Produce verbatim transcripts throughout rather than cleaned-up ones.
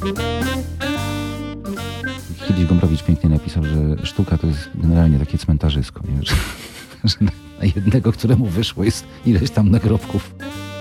Kiedyś Gombrowicz pięknie napisał, że sztuka to jest generalnie takie cmentarzysko, nie? Że, że na jednego, któremu wyszło, jest ileś tam nagrobków.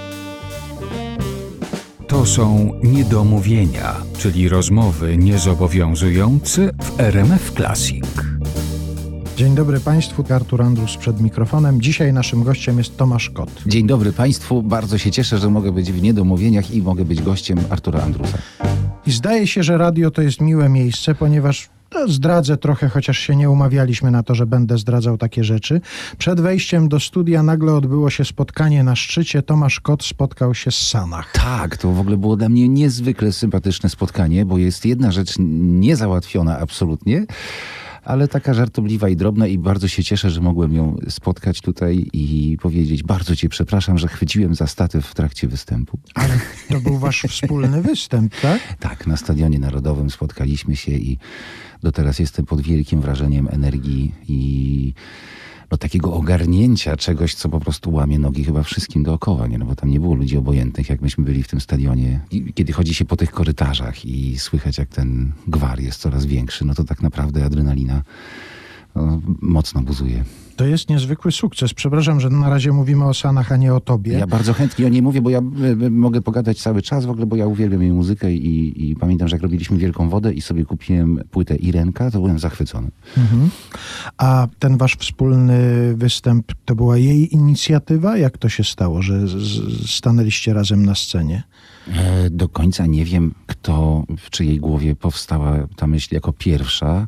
To są niedomówienia, czyli rozmowy niezobowiązujące w R M F Classic. Dzień dobry Państwu, Artur Andrus przed mikrofonem. Dzisiaj naszym gościem jest Tomasz Kot. Dzień dobry Państwu, bardzo się cieszę, że mogę być w Niedomówieniach i mogę być gościem Artura Andrusa. I zdaje się, że radio to jest miłe miejsce, ponieważ no, zdradzę trochę, chociaż się nie umawialiśmy na to, że będę zdradzał takie rzeczy. Przed wejściem do studia nagle odbyło się spotkanie na szczycie. Tomasz Kot spotkał się z Sanach. Tak, to w ogóle było dla mnie niezwykle sympatyczne spotkanie, bo jest jedna rzecz niezałatwiona absolutnie, ale taka żartobliwa i drobna i bardzo się cieszę, że mogłem ją spotkać tutaj i powiedzieć: bardzo cię przepraszam, że chwyciłem za statyw w trakcie występu. Ale to był wasz wspólny występ, tak? Tak, na Stadionie Narodowym spotkaliśmy się i do teraz jestem pod wielkim wrażeniem energii i no, takiego ogarnięcia czegoś, co po prostu łamie nogi chyba wszystkim dookoła, nie? No bo tam nie było ludzi obojętnych, jak myśmy byli w tym stadionie. I kiedy chodzi się po tych korytarzach i słychać, jak ten gwar jest coraz większy, no to tak naprawdę adrenalina no, mocno buzuje. To jest niezwykły sukces. Przepraszam, że na razie mówimy o Sanach, a nie o tobie. Ja bardzo chętnie o niej mówię, bo ja y, y, mogę pogadać cały czas w ogóle, bo ja uwielbiam jej muzykę i, i pamiętam, że jak robiliśmy Wielką Wodę i sobie kupiłem płytę Irenka, to byłem zachwycony. Mhm. A ten wasz wspólny występ, to była jej inicjatywa? Jak to się stało, że z, z, stanęliście razem na scenie? E, do końca nie wiem, kto, w czyjej głowie powstała ta myśl jako pierwsza.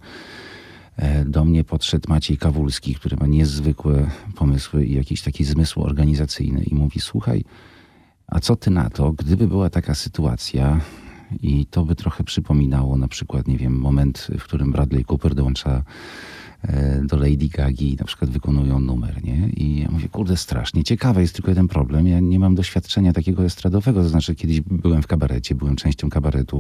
Do mnie podszedł Maciej Kawulski, który ma niezwykłe pomysły i jakiś taki zmysł organizacyjny i mówi: słuchaj, a co ty na to, gdyby była taka sytuacja i to by trochę przypominało na przykład, nie wiem, moment, w którym Bradley Cooper dołącza do Lady Gagi i na przykład wykonują numer, nie? I ja mówię: kurde, strasznie ciekawe, jest tylko jeden problem, ja nie mam doświadczenia takiego estradowego, to znaczy kiedyś byłem w kabarecie, byłem częścią kabaretu.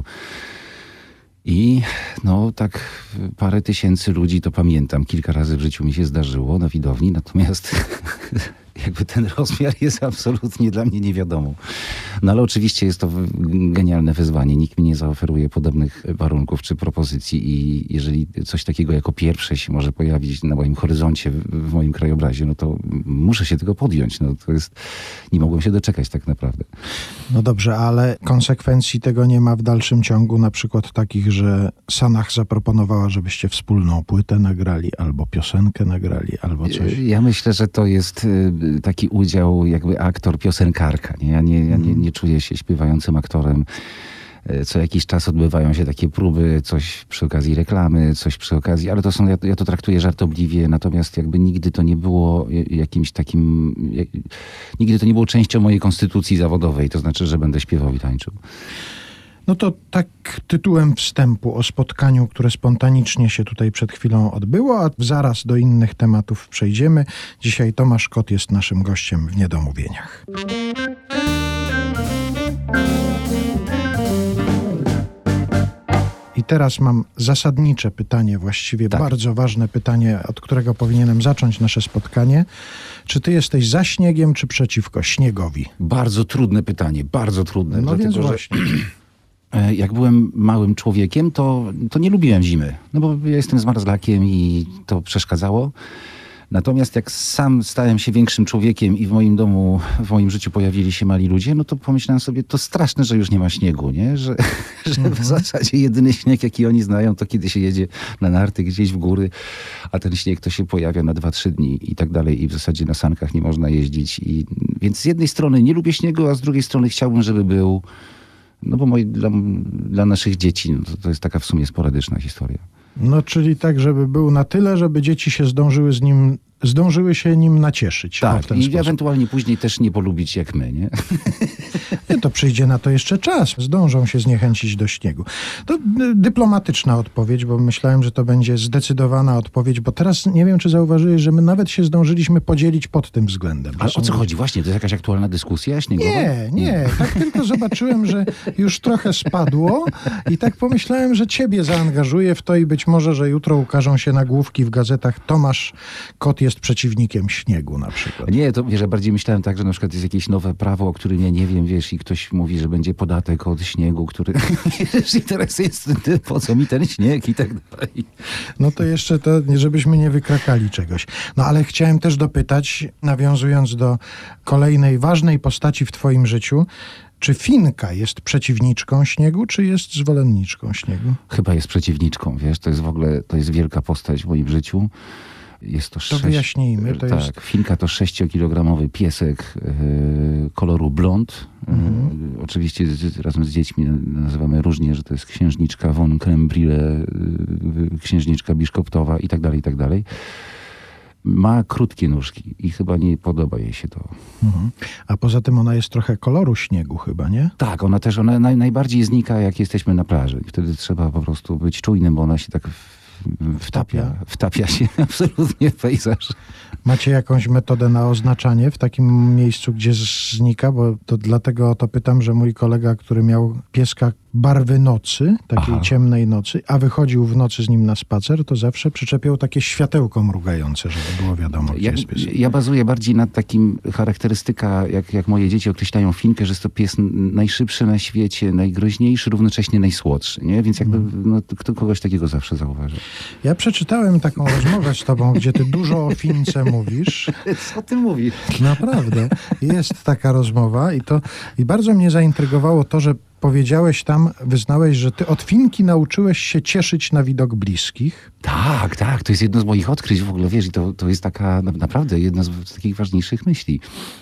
I no tak parę tysięcy ludzi to pamiętam. Kilka razy w życiu mi się zdarzyło na widowni, natomiast jakby ten rozmiar jest absolutnie dla mnie niewiadomą. No ale oczywiście jest to genialne wyzwanie. Nikt mi nie zaoferuje podobnych warunków czy propozycji i jeżeli coś takiego jako pierwsze się może pojawić na moim horyzoncie, w moim krajobrazie, no to muszę się tego podjąć. No to jest... Nie mogłem się doczekać tak naprawdę. No dobrze, ale konsekwencji tego nie ma w dalszym ciągu, na przykład takich, że Sanach zaproponowała, żebyście wspólną płytę nagrali, albo piosenkę nagrali, albo coś. Ja myślę, że to jest taki udział jakby aktor-piosenkarka. Nie? Ja, nie, ja nie, nie czuję się śpiewającym aktorem. Co jakiś czas odbywają się takie próby, coś przy okazji reklamy, coś przy okazji, ale to są, ja, ja to traktuję żartobliwie, natomiast jakby nigdy to nie było jakimś takim, jak, nigdy to nie było częścią mojej konstytucji zawodowej, to znaczy, że będę śpiewał i tańczył. No to tak tytułem wstępu o spotkaniu, które spontanicznie się tutaj przed chwilą odbyło, a zaraz do innych tematów przejdziemy. Dzisiaj Tomasz Kot jest naszym gościem w Niedomówieniach. I teraz mam zasadnicze pytanie, właściwie tak. Bardzo ważne pytanie, od którego powinienem zacząć nasze spotkanie. Czy ty jesteś za śniegiem, czy przeciwko śniegowi? Bardzo trudne pytanie, bardzo trudne. No dlatego, więc że... właśnie. Jak byłem małym człowiekiem, to, to nie lubiłem zimy. No bo ja jestem zmarzlakiem i to przeszkadzało. Natomiast jak sam stałem się większym człowiekiem i w moim domu, w moim życiu pojawili się mali ludzie, no to pomyślałem sobie, to straszne, że już nie ma śniegu, nie? Że, że w zasadzie jedyny śnieg, jaki oni znają, to kiedy się jedzie na narty gdzieś w góry, a ten śnieg to się pojawia na dwa, trzy dni i tak dalej i w zasadzie na sankach nie można jeździć. I, więc z jednej strony nie lubię śniegu, a z drugiej strony chciałbym, żeby był, no bo moi, dla, dla naszych dzieci no to, to jest taka w sumie sporadyczna historia. No czyli tak, żeby był na tyle, żeby dzieci się zdążyły z nim, zdążyły się nim nacieszyć. Tak, ten i sposób. ewentualnie później też nie polubić jak my, nie? Nie, to przyjdzie na to jeszcze czas. Zdążą się zniechęcić do śniegu. To dyplomatyczna odpowiedź, bo myślałem, że to będzie zdecydowana odpowiedź, bo teraz nie wiem, czy zauważyłeś, że my nawet się zdążyliśmy podzielić pod tym względem. Ale są... o co chodzi? Właśnie, to jest jakaś aktualna dyskusja śniegowa? Nie, nie. Tak tylko zobaczyłem, że już trochę spadło i tak pomyślałem, że ciebie zaangażuję w to i być być może, że jutro ukażą się nagłówki w gazetach: Tomasz Kot jest przeciwnikiem śniegu na przykład. Nie, to wiesz, ja bardziej myślałem tak, że na przykład jest jakieś nowe prawo, o którym ja nie wiem, wiesz, i ktoś mówi, że będzie podatek od śniegu, który wiesz, i teraz jest, po co mi ten śnieg i tak dalej. No to jeszcze to, żebyśmy nie wykrakali czegoś. No ale chciałem też dopytać, nawiązując do kolejnej ważnej postaci w twoim życiu, czy Finka jest przeciwniczką śniegu, czy jest zwolenniczką śniegu? Chyba jest przeciwniczką, wiesz, to jest w ogóle, to jest wielka postać w moim życiu. Jest to, To sześć... wyjaśnijmy. To tak, jest... Finka to sześciokilogramowy piesek yy, koloru blond. Mhm. Yy, oczywiście z, razem z dziećmi nazywamy różnie, że to jest księżniczka von Krembrille, yy, księżniczka biszkoptowa i tak dalej, i tak dalej. Ma krótkie nóżki i chyba nie podoba jej się to. Mhm. A poza tym ona jest trochę koloru śniegu chyba, nie? Tak, ona też ona naj, najbardziej znika, jak jesteśmy na plaży. Wtedy trzeba po prostu być czujnym, bo ona się tak w, wtapia, wtapia się absolutnie w pejzaż. Macie jakąś metodę na oznaczanie w takim miejscu, gdzie znika? Bo to dlatego o to pytam, że mój kolega, który miał pieska barwy nocy, takiej Aha. ciemnej nocy, a wychodził w nocy z nim na spacer, to zawsze przyczepiał takie światełko mrugające, żeby było wiadomo, gdzie Ja, jest pies. ja bazuję bardziej na takim charakterystyka, jak, jak moje dzieci określają Finkę, że jest to pies najszybszy na świecie, najgroźniejszy, równocześnie najsłodszy, nie? Więc jakby no, kto kogoś takiego zawsze zauważy. Ja przeczytałem taką rozmowę z tobą, gdzie ty dużo o Fince mówisz. Co ty mówisz? Naprawdę. Jest taka rozmowa i to i bardzo mnie zaintrygowało to, że powiedziałeś tam, wyznałeś, że ty od Finki nauczyłeś się cieszyć na widok bliskich. Tak, tak, to jest jedno z moich odkryć w ogóle, wiesz, i to, to jest taka na- naprawdę jedna z, z takich ważniejszych myśli.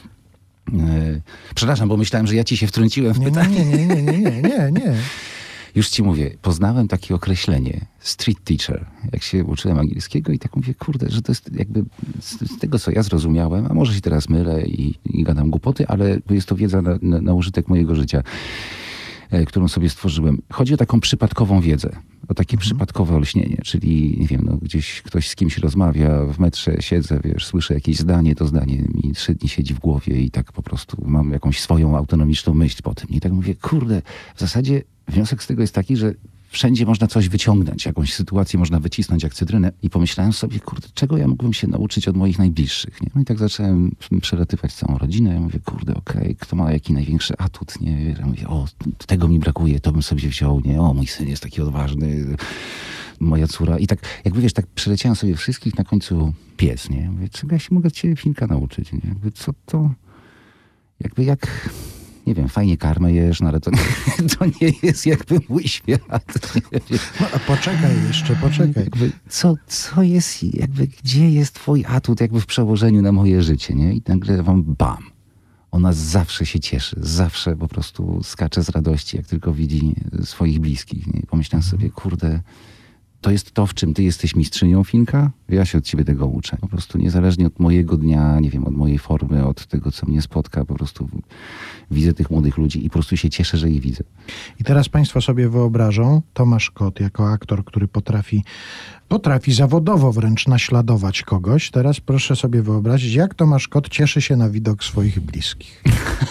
E, przepraszam, bo myślałem, że ja ci się wtrąciłem w Nie, pytanie. nie, nie, nie, nie, nie, nie, nie. Już ci mówię, poznałem takie określenie, street teacher, jak się uczyłem angielskiego i tak mówię, kurde, że to jest jakby z, z tego, co ja zrozumiałem, a może się teraz mylę i, i gadam głupoty, ale jest to wiedza na, na, na użytek mojego życia, e, którą sobie stworzyłem. Chodzi o taką przypadkową wiedzę, o takie Mhm. przypadkowe olśnienie, czyli nie wiem, no, gdzieś ktoś z kimś rozmawia, w metrze siedzę, wiesz, słyszę jakieś zdanie, to zdanie mi trzy dni siedzi w głowie i tak po prostu mam jakąś swoją autonomiczną myśl po tym. I tak mówię, kurde, w zasadzie wniosek z tego jest taki, że wszędzie można coś wyciągnąć, jakąś sytuację można wycisnąć jak cytrynę i pomyślałem sobie, kurde, czego ja mógłbym się nauczyć od moich najbliższych, nie? No i tak zacząłem przelatywać całą rodzinę, ja mówię, kurde, okej, okay, kto ma jaki największy atut, nie? Ja mówię, o, tego mi brakuje, to bym sobie wziął, nie? O, mój syn jest taki odważny, moja córa. I tak, jakby wiesz, tak przeleciałem sobie wszystkich, na końcu pies, nie? Mówię, czego ja się mogę ciebie, Finka, nauczyć, nie? Jakby co to, jakby jak... Nie wiem, fajnie karmę jesz, no ale to, to nie jest jakby mój świat. No, a poczekaj jeszcze, poczekaj. Jakby, co, co jest, jakby, gdzie jest twój atut jakby w przełożeniu na moje życie, nie? I nagle wam bam. Ona zawsze się cieszy, zawsze po prostu skacze z radości, jak tylko widzi swoich bliskich, nie? I pomyślałem sobie, kurde, to jest to, w czym ty jesteś mistrzynią, Finka? Ja się od ciebie tego uczę. Po prostu niezależnie od mojego dnia, nie wiem, od mojej formy, od tego, co mnie spotka, po prostu widzę tych młodych ludzi i po prostu się cieszę, że ich widzę. I teraz państwo sobie wyobrażą Tomasz Kot jako aktor, który potrafi, potrafi zawodowo wręcz naśladować kogoś. Teraz proszę sobie wyobrazić, jak Tomasz Kot cieszy się na widok swoich bliskich.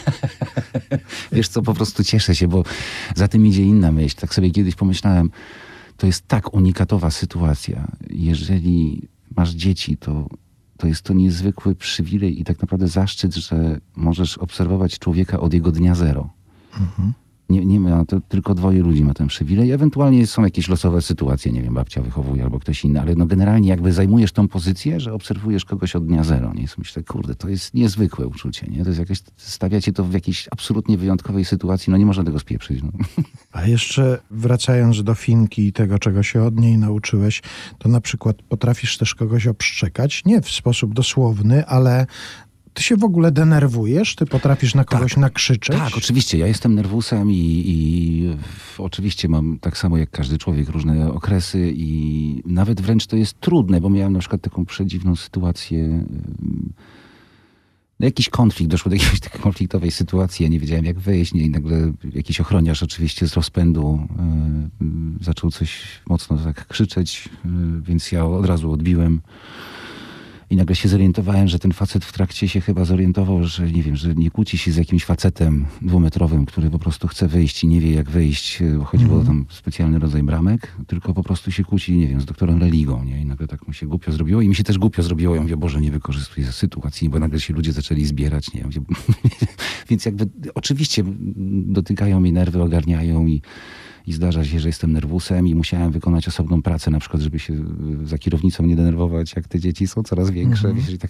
Wiesz co, po prostu cieszę się, bo za tym idzie inna myśl. Tak sobie kiedyś pomyślałem, to jest tak unikatowa sytuacja. Jeżeli masz dzieci, to, to jest to niezwykły przywilej i tak naprawdę zaszczyt, że możesz obserwować człowieka od jego dnia zero. Mhm. Nie, nie ma, to tylko dwoje ludzi ma ten przywilej. Ewentualnie są jakieś losowe sytuacje, nie wiem, babcia wychowuje albo ktoś inny, ale no generalnie jakby zajmujesz tą pozycję, że obserwujesz kogoś od dnia zero. Nie? Myślę, kurde, to jest niezwykłe uczucie. Nie? To jest jakieś, stawiacie to w jakiejś absolutnie wyjątkowej sytuacji, no nie można tego spieprzyć. No. A jeszcze wracając do Finki i tego, czego się od niej nauczyłeś, to na przykład potrafisz też kogoś obszczekać, nie w sposób dosłowny, ale ty się w ogóle denerwujesz? Ty potrafisz na kogoś Tak. nakrzyczeć? Tak, oczywiście. Ja jestem nerwusem i, i w, oczywiście mam tak samo jak każdy człowiek różne okresy i nawet wręcz to jest trudne, bo miałem na przykład taką przedziwną sytuację. ym, No jakiś konflikt, doszło do jakiejś takiej konfliktowej sytuacji, ja nie wiedziałem jak wyjść, nie? I nagle jakiś ochroniarz oczywiście z rozpędu yy, zaczął coś mocno tak krzyczeć, yy, więc ja od razu odbiłem. I nagle się zorientowałem, że ten facet w trakcie się chyba zorientował, że nie wiem, że nie kłóci się z jakimś facetem dwumetrowym, który po prostu chce wyjść i nie wie jak wyjść, bo chodziło Mhm. o tam specjalny rodzaj bramek, tylko po prostu się kłóci, nie wiem, z doktorem Religą, nie? I nagle tak mu się głupio zrobiło i mi się też głupio zrobiło. Ja mówię, Boże, nie wykorzystuję sytuacji, bo nagle się ludzie zaczęli zbierać, nie? Ja mówię, więc jakby oczywiście dotykają mi nerwy, ogarniają i I zdarza się, że jestem nerwusem i musiałem wykonać osobną pracę, na przykład, żeby się za kierownicą nie denerwować, jak te dzieci są coraz większe. Mhm. Wiesz, i tak,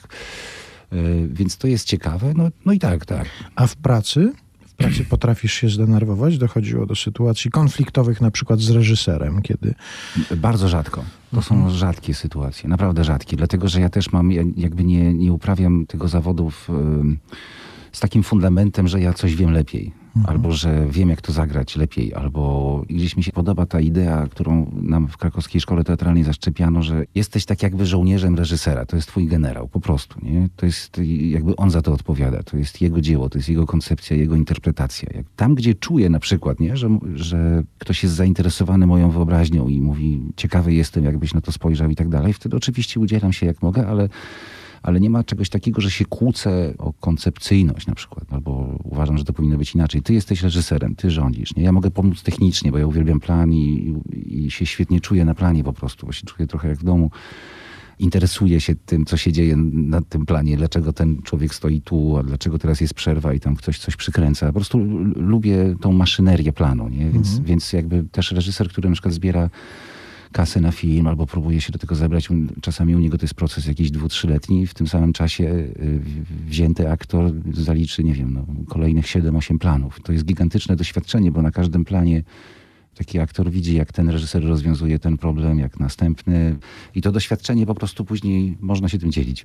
y, więc to jest ciekawe. No, no i tak, tak. A w pracy? W pracy potrafisz się zdenerwować? Dochodziło do sytuacji konfliktowych, na przykład z reżyserem, kiedy... Bardzo rzadko. To są rzadkie sytuacje, naprawdę rzadkie. Dlatego, że ja też mam, ja jakby nie, nie uprawiam tego zawodu w, y, z takim fundamentem, że ja coś wiem lepiej. Mhm. Albo że wiem, jak to zagrać lepiej, albo gdzieś mi się podoba ta idea, którą nam w Krakowskiej Szkole Teatralnej zaszczepiano, że jesteś tak jakby żołnierzem reżysera, to jest twój generał, po prostu, nie? To jest jakby on za to odpowiada, to jest jego dzieło, to jest jego koncepcja, jego interpretacja. Jak tam, gdzie czuję na przykład, nie? Że, że ktoś jest zainteresowany moją wyobraźnią i mówi, ciekawy jestem, jakbyś na to spojrzał i tak dalej, wtedy oczywiście udzielam się jak mogę, ale ale nie ma czegoś takiego, że się kłócę o koncepcyjność na przykład, albo uważam, że to powinno być inaczej. Ty jesteś reżyserem, ty rządzisz, nie? Ja mogę pomóc technicznie, bo ja uwielbiam plan i, i, i się świetnie czuję na planie po prostu, bo się czuję trochę jak w domu. Interesuję się tym, co się dzieje na tym planie, dlaczego ten człowiek stoi tu, a dlaczego teraz jest przerwa i tam ktoś coś przykręca. Po prostu l- lubię tą maszynerię planu, nie? Więc, mhm. więc jakby też reżyser, który na przykład zbiera kasę na film, albo próbuje się do tego zebrać. Czasami u niego to jest proces jakiś dwu, trzyletni. W tym samym czasie wzięty aktor zaliczy, nie wiem, no, kolejnych siedem, osiem planów. To jest gigantyczne doświadczenie, bo na każdym planie taki aktor widzi, jak ten reżyser rozwiązuje ten problem, jak następny. I to doświadczenie po prostu później można się tym dzielić.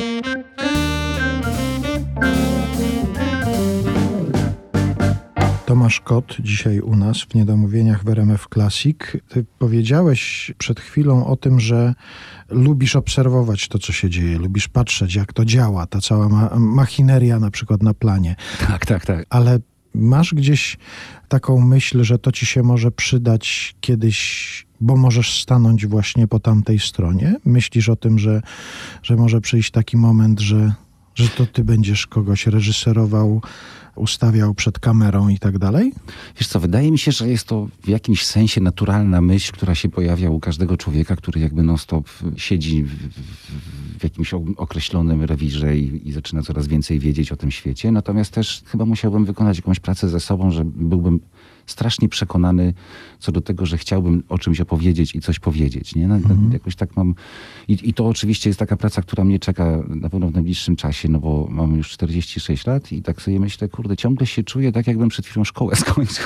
Tomasz Kot dzisiaj u nas w Niedomówieniach w R M F Classic. Ty powiedziałeś przed chwilą o tym, że lubisz obserwować to, co się dzieje, lubisz patrzeć, jak to działa, ta cała ma- machineria na przykład na planie. Tak, tak, tak. Ale masz gdzieś taką myśl, że to ci się może przydać kiedyś, bo możesz stanąć właśnie po tamtej stronie? Myślisz o tym, że, że może przyjść taki moment, że, że to ty będziesz kogoś reżyserował, ustawiał przed kamerą i tak dalej? Wiesz co, wydaje mi się, że jest to w jakimś sensie naturalna myśl, która się pojawia u każdego człowieka, który jakby non-stop siedzi w, w, w jakimś określonym rewirze i, i zaczyna coraz więcej wiedzieć o tym świecie. Natomiast też chyba musiałbym wykonać jakąś pracę ze sobą, że byłbym strasznie przekonany co do tego, że chciałbym o czymś opowiedzieć i coś powiedzieć. Nie? Na, Mhm. jakoś tak mam... I, I to oczywiście jest taka praca, która mnie czeka na pewno w najbliższym czasie, no bo mam już czterdzieści sześć lat i tak sobie myślę, kurde, ciągle się czuję tak, jakbym przed chwilą szkołę skończył.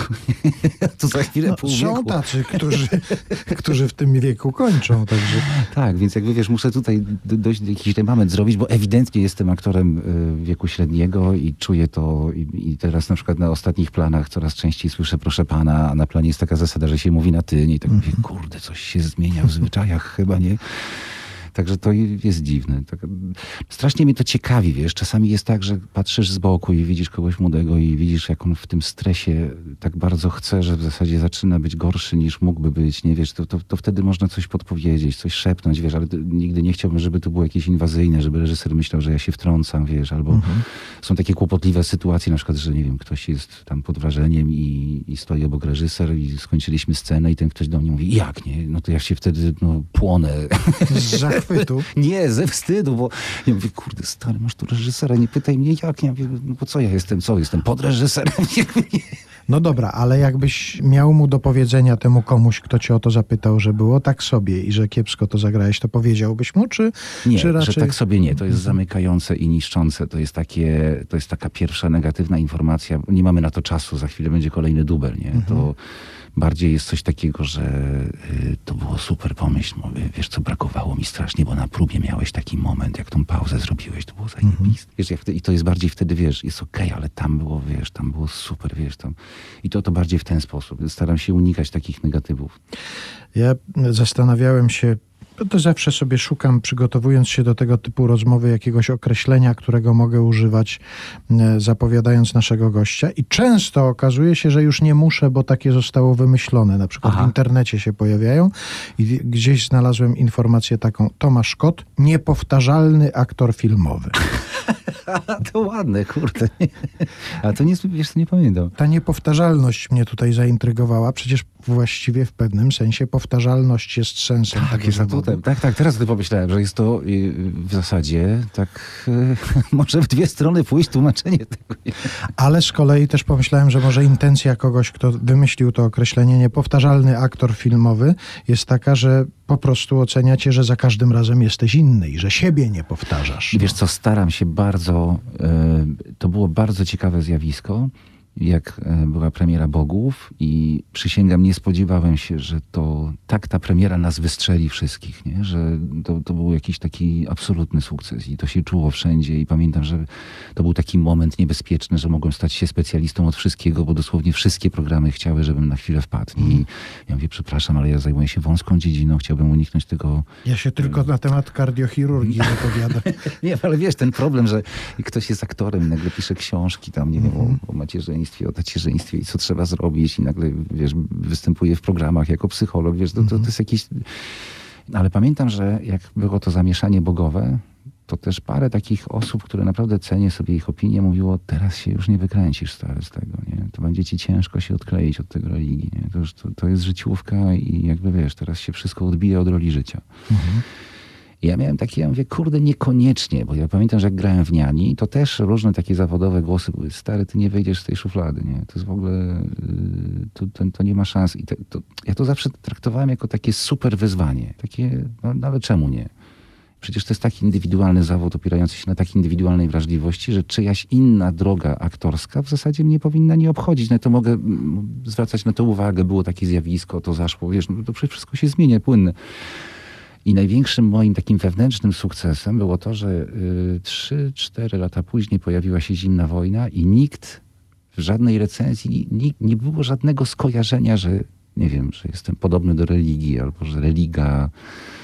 To za chwilę No, pół są wieku. tacy, którzy, którzy w tym wieku kończą, także... Tak, więc jakby wiesz, muszę tutaj d- dojść do jakiś moment zrobić, bo ewidentnie jestem aktorem y, wieku średniego i czuję to i, i teraz na przykład na ostatnich planach coraz częściej słyszę proszę pana, a na planie jest taka zasada, że się mówi na ty, nie? I tak mówię, kurde, coś się zmienia w zwyczajach chyba, nie? Także to jest dziwne. Tak, strasznie mnie to ciekawi, wiesz. Czasami jest tak, że patrzysz z boku i widzisz kogoś młodego i widzisz, jak on w tym stresie tak bardzo chce, że w zasadzie zaczyna być gorszy niż mógłby być, nie wiesz. To, to, to wtedy można coś podpowiedzieć, coś szepnąć, wiesz, ale nigdy nie chciałbym, żeby to było jakieś inwazyjne, żeby reżyser myślał, że ja się wtrącam, wiesz, albo mhm. są takie kłopotliwe sytuacje, na przykład, że nie wiem, ktoś jest tam pod wrażeniem i, i stoi obok reżyser i skończyliśmy scenę i ten ktoś do mnie mówi, jak nie? No to ja się wtedy no, płonę. Z zachwytu. Nie, ze wstydu, bo ja mówię, kurde, stary, masz tu reżysera, nie pytaj mnie jak, ja mówię, no bo co ja jestem, co, jestem podreżyserem? No dobra, ale jakbyś miał mu do powiedzenia temu komuś, kto cię o to zapytał, że było tak sobie i że kiepsko to zagrałeś, to powiedziałbyś mu, czy, nie, czy raczej... że tak sobie nie, to jest zamykające i niszczące, to jest takie, to jest taka pierwsza negatywna informacja, nie mamy na to czasu, za chwilę będzie kolejny dubel, nie, mhm. to bardziej jest coś takiego, że y, to było super pomysł. Mówię, wiesz co, brakowało mi strasznie, bo na próbie miałeś taki moment, jak tą pauzę zrobiłeś, to było zajebiste. Mm-hmm. Wiesz, jak wtedy, i to jest bardziej wtedy, wiesz, jest okej, okay, ale tam było, wiesz, tam było super, wiesz, tam. I to to bardziej w ten sposób. Staram się unikać takich negatywów. Ja zastanawiałem się To, to zawsze sobie szukam, przygotowując się do tego typu rozmowy, jakiegoś określenia, którego mogę używać, e, zapowiadając naszego gościa. I często okazuje się, że już nie muszę, bo takie zostało wymyślone. Na przykład Aha. w internecie się pojawiają i gdzieś znalazłem informację taką: Tomasz Kot, niepowtarzalny aktor filmowy. To ładne, kurde. A to nie, wiesz, nie pamiętam. Ta niepowtarzalność mnie tutaj zaintrygowała. Przecież właściwie w pewnym sensie powtarzalność jest sensem Tak, tego jest zawodu. atutem. Tak, tak, teraz sobie pomyślałem, że jest to y, w zasadzie tak y, może w dwie strony pójść tłumaczenie tego. Ale z kolei też pomyślałem, że może intencja kogoś, kto wymyślił to określenie niepowtarzalny aktor filmowy, jest taka, że po prostu oceniacie, że za każdym razem jesteś inny i że siebie nie powtarzasz. I wiesz co, staram się bardzo, y, to było bardzo ciekawe zjawisko, jak y, była premiera Bogów i przysięgam, nie spodziewałem się, że to tak ta premiera nas wystrzeli wszystkich, nie? Że to, to był jakiś taki absolutny sukces i to się czuło wszędzie i pamiętam, że to był taki moment niebezpieczny, że mogłem stać się specjalistą od wszystkiego, bo dosłownie wszystkie programy chciały, żebym na chwilę wpadł. I ja mówię, przepraszam, ale ja zajmuję się wąską dziedziną, chciałbym uniknąć tego. Ja się tylko na temat kardiochirurgii wypowiadam. Nie, ale wiesz, ten problem, że ktoś jest aktorem i nagle pisze książki tam, nie wiem, o, o macierzyństwie, o tacierzyństwie i co trzeba zrobić i nagle, wiesz, występuje w programach jako psycholog, wiesz, to, to, to jest jakieś... Ale pamiętam, że jak było to zamieszanie bogowe, to też parę takich osób, które naprawdę cenię sobie ich opinię, mówiło, teraz się już nie wykręcisz, stary, z tego, nie? To będzie ci ciężko się odkleić od tego religii, nie? To, już, to, to jest życiówka i jakby, wiesz, teraz się wszystko odbija od roli życia. Mhm. I ja miałem takie, ja mówię, kurde, niekoniecznie, bo ja pamiętam, że jak grałem w Niani, to też różne takie zawodowe głosy były, stary, ty nie wejdziesz z tej szuflady, nie? To jest w ogóle, to, to, to nie ma szans. I to, to, ja to zawsze traktowałem jako takie super wyzwanie. Takie, no, no ale czemu nie? Przecież to jest taki indywidualny zawód opierający się na takiej indywidualnej wrażliwości, że czyjaś inna droga aktorska w zasadzie mnie powinna nie obchodzić. No to mogę zwracać na to uwagę, było takie zjawisko, to zaszło, wiesz, no to przecież wszystko się zmienia, płynne. I największym moim takim wewnętrznym sukcesem było to, że trzy cztery lata później pojawiła się Zimna wojna i nikt w żadnej recenzji, nikt, nie było żadnego skojarzenia, że nie wiem, że jestem podobny do religii, albo że religa,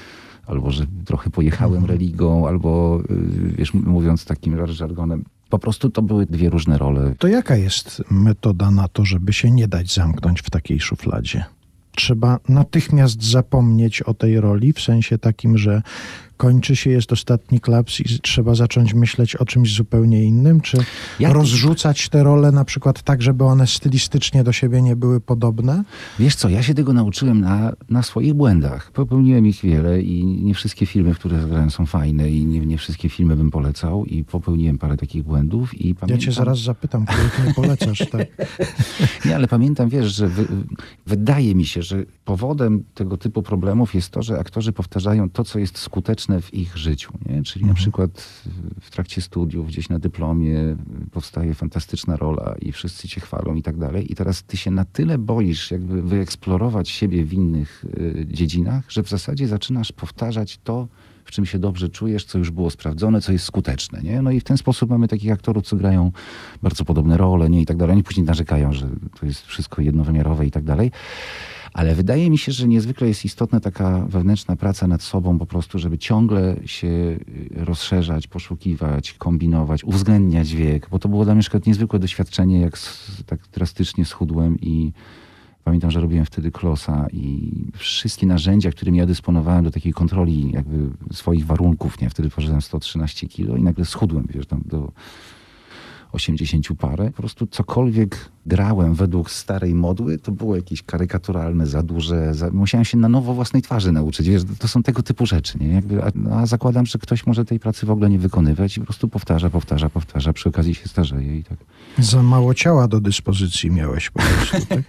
albo że trochę pojechałem religą, albo wiesz, mówiąc takim żargonem. Po prostu to były dwie różne role. To jaka jest metoda na to, żeby się nie dać zamknąć w takiej szufladzie? Trzeba natychmiast zapomnieć o tej roli, w sensie takim, że kończy się, jest ostatni klaps i trzeba zacząć myśleć o czymś zupełnie innym? Czy ja rozrzucać te role na przykład tak, żeby one stylistycznie do siebie nie były podobne? Wiesz co, ja się tego nauczyłem na, na swoich błędach. Popełniłem ich wiele i nie wszystkie filmy, w które zagrałem, są fajne i nie, nie wszystkie filmy bym polecał i popełniłem parę takich błędów. I pamiętam... Ja cię zaraz zapytam, których nie polecasz, tak? Nie, ale pamiętam, wiesz, że wy, wydaje mi się, że powodem tego typu problemów jest to, że aktorzy powtarzają to, co jest skuteczne w ich życiu, nie? Czyli mhm. na przykład w trakcie studiów, gdzieś na dyplomie powstaje fantastyczna rola i wszyscy cię chwalą i tak dalej. I teraz ty się na tyle boisz jakby wyeksplorować siebie w innych y, dziedzinach, że w zasadzie zaczynasz powtarzać to, w czym się dobrze czujesz, co już było sprawdzone, co jest skuteczne, nie? No i w ten sposób mamy takich aktorów, co grają bardzo podobne role, nie? I tak dalej. Oni później narzekają, że to jest wszystko jednowymiarowe i tak dalej. Ale wydaje mi się, że niezwykle jest istotna taka wewnętrzna praca nad sobą po prostu, żeby ciągle się rozszerzać, poszukiwać, kombinować, uwzględniać wiek, bo to było dla mnie na przykład niezwykłe doświadczenie, jak tak drastycznie schudłem i pamiętam, że robiłem wtedy klosa i wszystkie narzędzia, którymi ja dysponowałem do takiej kontroli jakby swoich warunków, nie? Wtedy ważyłem sto trzynaście kilo i nagle schudłem, wiesz, tam do osiemdziesięciu parę. Po prostu cokolwiek grałem według starej modły, to było jakieś karykaturalne, za duże. Za... Musiałem się na nowo własnej twarzy nauczyć. Wiesz, to są tego typu rzeczy. Nie? Jakby, a, a zakładam, że ktoś może tej pracy w ogóle nie wykonywać i po prostu powtarza, powtarza, powtarza. Przy okazji się starzeje i tak. Za mało ciała do dyspozycji miałeś po prostu, tak?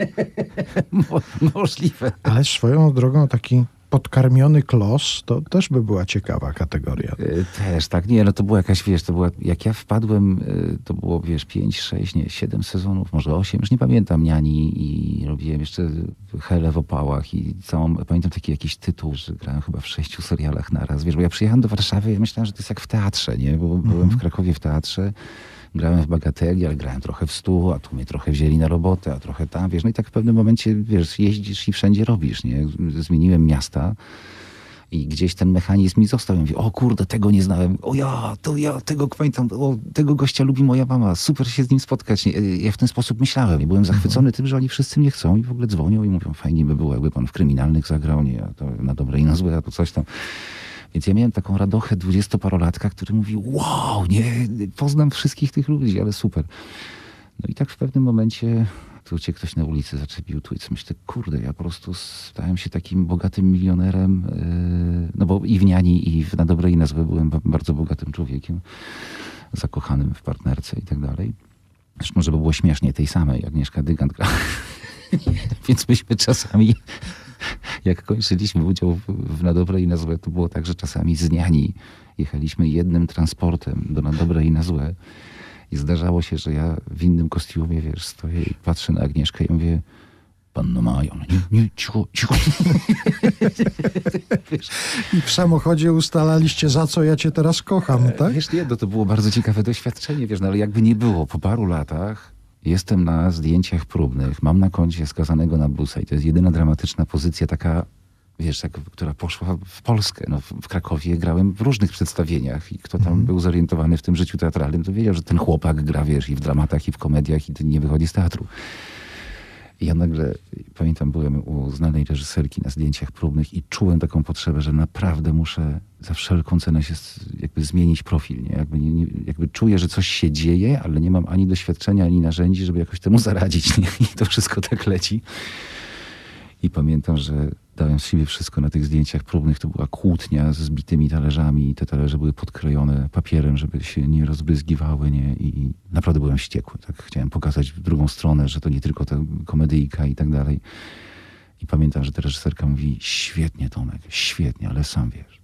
Mo- możliwe. Ale swoją drogą taki podkarmiony klos, to też by była ciekawa kategoria. Też, tak. Nie, no to była jakaś, wiesz, to była, jak ja wpadłem, to było, wiesz, pięć, sześć, nie, siedem sezonów, może osiem, już nie pamiętam, Niani i robiłem jeszcze Helę w opałach i całą, pamiętam taki jakiś tytuł, że grałem chyba w sześciu serialach naraz, wiesz, bo ja przyjechałem do Warszawy i ja myślałem, że to jest jak w teatrze, nie, bo mhm. byłem w Krakowie w teatrze, grałem w Bagateli, ale grałem trochę w Stu, a tu mnie trochę wzięli na robotę, a trochę tam, wiesz, no i tak w pewnym momencie, wiesz, jeździsz i wszędzie robisz, nie? Zmieniłem miasta I gdzieś ten mechanizm mi został. Ja mówię, o kurde, tego nie znałem. O ja, to ja, tego pamiętam. O, tego gościa lubi moja mama. Super się z nim spotkać. Ja w ten sposób myślałem i byłem zachwycony tym, że oni wszyscy mnie chcą i w ogóle dzwonią i mówią, fajnie by było, jakby pan w Kryminalnych zagrał, nie, a to na dobre i na złe, a to coś tam. Więc ja miałem taką radochę dwudziestoparolatka, który mówi, wow, nie, poznam wszystkich tych ludzi, ale super. No i tak w pewnym momencie tu cię ktoś na ulicy zaczepił tu i myślę, kurde, ja po prostu stałem się takim bogatym milionerem, yy, no bo i w Niani, i w Na dobre i na złe byłem bardzo bogatym człowiekiem, zakochanym w partnerce i tak dalej. Zresztą, żeby było śmiesznie, tej samej, Agnieszka Dygant gra. Więc myśmy czasami, jak kończyliśmy udział w Na dobre i na złe, to było tak, że czasami z Niani jechaliśmy jednym transportem do Na dobre i na złe. I zdarzało się, że ja w innym kostiumie, wiesz, stoję i patrzę na Agnieszkę i mówię, panno Majo, no nie, nie, cicho, cicho. I w samochodzie ustalaliście, za co ja cię teraz kocham, tak? Wiesz, nie, no to było bardzo ciekawe doświadczenie, wiesz, no ale jakby nie było, po paru latach jestem na zdjęciach próbnych, mam na koncie Skazanego na bluesa i to jest jedyna dramatyczna pozycja taka, wiesz, tak, która poszła w Polskę. No, w Krakowie grałem w różnych przedstawieniach i kto tam mm. był zorientowany w tym życiu teatralnym, to wiedział, że ten chłopak gra, wiesz, i w dramatach, i w komediach, i nie wychodzi z teatru. I ja nagle, pamiętam, byłem u znanej reżyserki na zdjęciach próbnych i czułem taką potrzebę, że naprawdę muszę za wszelką cenę się jakby zmienić profil, nie? Jakby, nie, nie, jakby czuję, że coś się dzieje, ale nie mam ani doświadczenia, ani narzędzi, żeby jakoś temu zaradzić, nie? I to wszystko tak leci. I pamiętam, że dałem z siebie wszystko na tych zdjęciach próbnych. To była kłótnia z zbitymi talerzami i te talerze były podkrojone papierem, żeby się nie rozbryzgiwały, nie? I naprawdę byłem wściekły. Tak chciałem pokazać w drugą stronę, że to nie tylko ta komedyjka i tak dalej. I pamiętam, że ta reżyserka mówi, świetnie Tomek, świetnie, ale sam wiesz.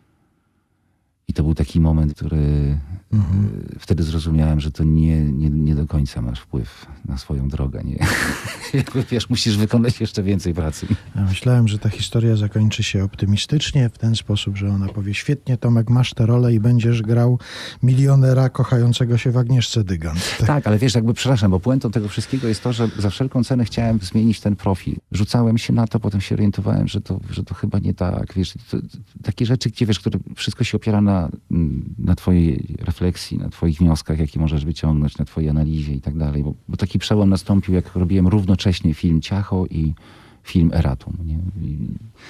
I to był taki moment, który mhm. wtedy zrozumiałem, że to nie, nie, nie do końca masz wpływ na swoją drogę. Nie? Jakby, wiesz, musisz wykonać jeszcze więcej pracy. Ja myślałem, że ta historia zakończy się optymistycznie w ten sposób, że ona powie, świetnie Tomek, masz tę rolę i będziesz grał milionera kochającego się w Agnieszce Dygant. Tak, tak, ale wiesz, jakby, przepraszam, bo puentą tego wszystkiego jest to, że za wszelką cenę chciałem zmienić ten profil. Rzucałem się na to, potem się orientowałem, że to, że to chyba nie tak. Wiesz, to, to, takie rzeczy, gdzie wiesz, które wszystko się opiera na, na twojej refleksji, na twoich wnioskach, jakie możesz wyciągnąć, na twojej analizie i tak dalej. Bo, bo taki przełom nastąpił, jak robiłem równocześnie film Ciacho i film Eratum. Nie? I,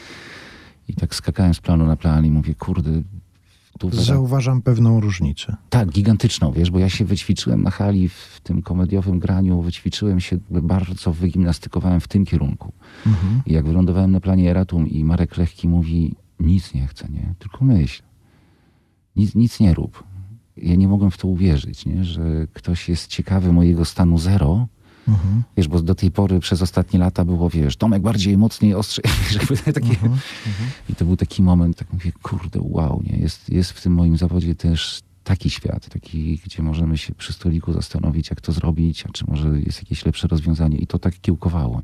I tak skakałem z planu na plan i mówię, kurde... Tu Zauważam pewną różnicę. Tak, gigantyczną, wiesz, bo ja się wyćwiczyłem na hali w tym komediowym graniu, wyćwiczyłem się, bardzo wygimnastykowałem w tym kierunku. Mhm. I jak wylądowałem na planie Eratum i Marek Lechki mówi, nic nie chcę, nie? Tylko myśl. Nic, nic nie rób. Ja nie mogłem w to uwierzyć, nie? Że ktoś jest ciekawy mojego stanu zero. Mhm. Wiesz, bo do tej pory przez ostatnie lata było, wiesz, Tomek bardziej, mocniej, ostrzej. Wiesz, takie... mhm. I to był taki moment, tak mówię, kurde, wow, nie? Jest, jest w tym moim zawodzie też taki świat, taki, gdzie możemy się przy stoliku zastanowić, jak to zrobić, a czy może jest jakieś lepsze rozwiązanie. I to tak kiełkowało.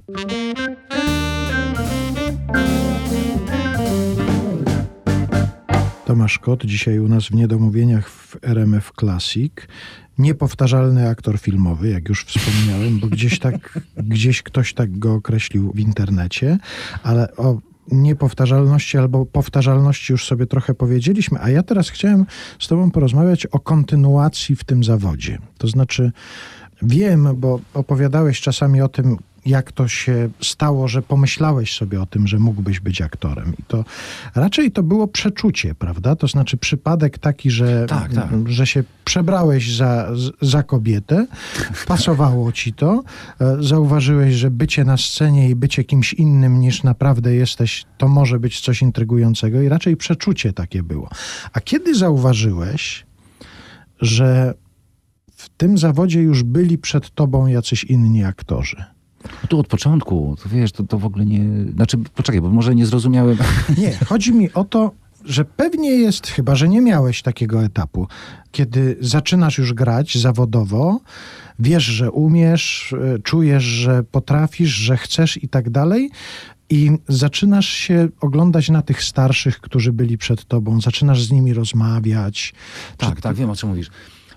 Tomasz Kot, dzisiaj u nas w Niedomówieniach w R M F Classic. Niepowtarzalny aktor filmowy, jak już wspomniałem, bo gdzieś tak, gdzieś ktoś tak go określił w internecie, ale o niepowtarzalności albo powtarzalności już sobie trochę powiedzieliśmy, a ja teraz chciałem z tobą porozmawiać o kontynuacji w tym zawodzie. To znaczy, wiem, bo opowiadałeś czasami o tym, jak to się stało, że pomyślałeś sobie o tym, że mógłbyś być aktorem. I to raczej to było przeczucie, prawda? To znaczy przypadek taki, że, tak, tak. że się przebrałeś za, za kobietę, pasowało ci to, zauważyłeś, że bycie na scenie i bycie kimś innym niż naprawdę jesteś, to może być coś intrygującego i raczej przeczucie takie było. A kiedy zauważyłeś, że w tym zawodzie już byli przed tobą jacyś inni aktorzy? No tu od początku, to wiesz, to, to w ogóle nie... Znaczy, poczekaj, bo może nie zrozumiałem. Nie, chodzi mi o to, że pewnie jest, chyba że nie miałeś takiego etapu, kiedy zaczynasz już grać zawodowo, wiesz, że umiesz, czujesz, że potrafisz, że chcesz i tak dalej i zaczynasz się oglądać na tych starszych, którzy byli przed tobą, zaczynasz z nimi rozmawiać. Tak, tak, wiem, o czym mówisz.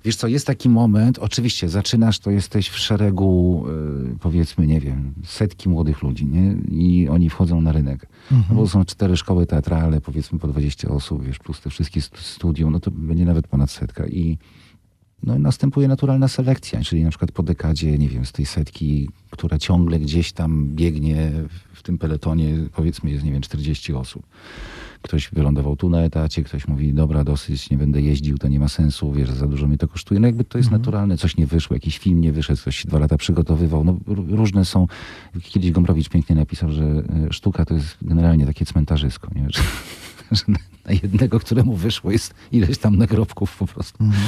Wiesz co, jest taki moment, oczywiście zaczynasz, to jesteś w szeregu, yy, powiedzmy, nie wiem, setki młodych ludzi, nie? I oni wchodzą na rynek. Mhm. No bo są cztery szkoły teatralne, powiedzmy po dwadzieścia osób, wiesz, plus te wszystkie studium, no to będzie nawet ponad setka. I no, następuje naturalna selekcja, czyli na przykład po dekadzie, nie wiem, z tej setki, która ciągle gdzieś tam biegnie w tym peletonie, powiedzmy jest, nie wiem, czterdzieści osób. Ktoś wylądował tu na etacie, ktoś mówi, dobra, dosyć, nie będę jeździł, to nie ma sensu, wiesz, za dużo mi to kosztuje. No jakby to jest mhm. naturalne, coś nie wyszło, jakiś film nie wyszedł, ktoś dwa lata przygotowywał. No różne są. Kiedyś Gombrowicz pięknie napisał, że sztuka to jest generalnie takie cmentarzysko, nie? Że, że na jednego, któremu wyszło, jest ileś tam nagrobków po prostu. Mhm.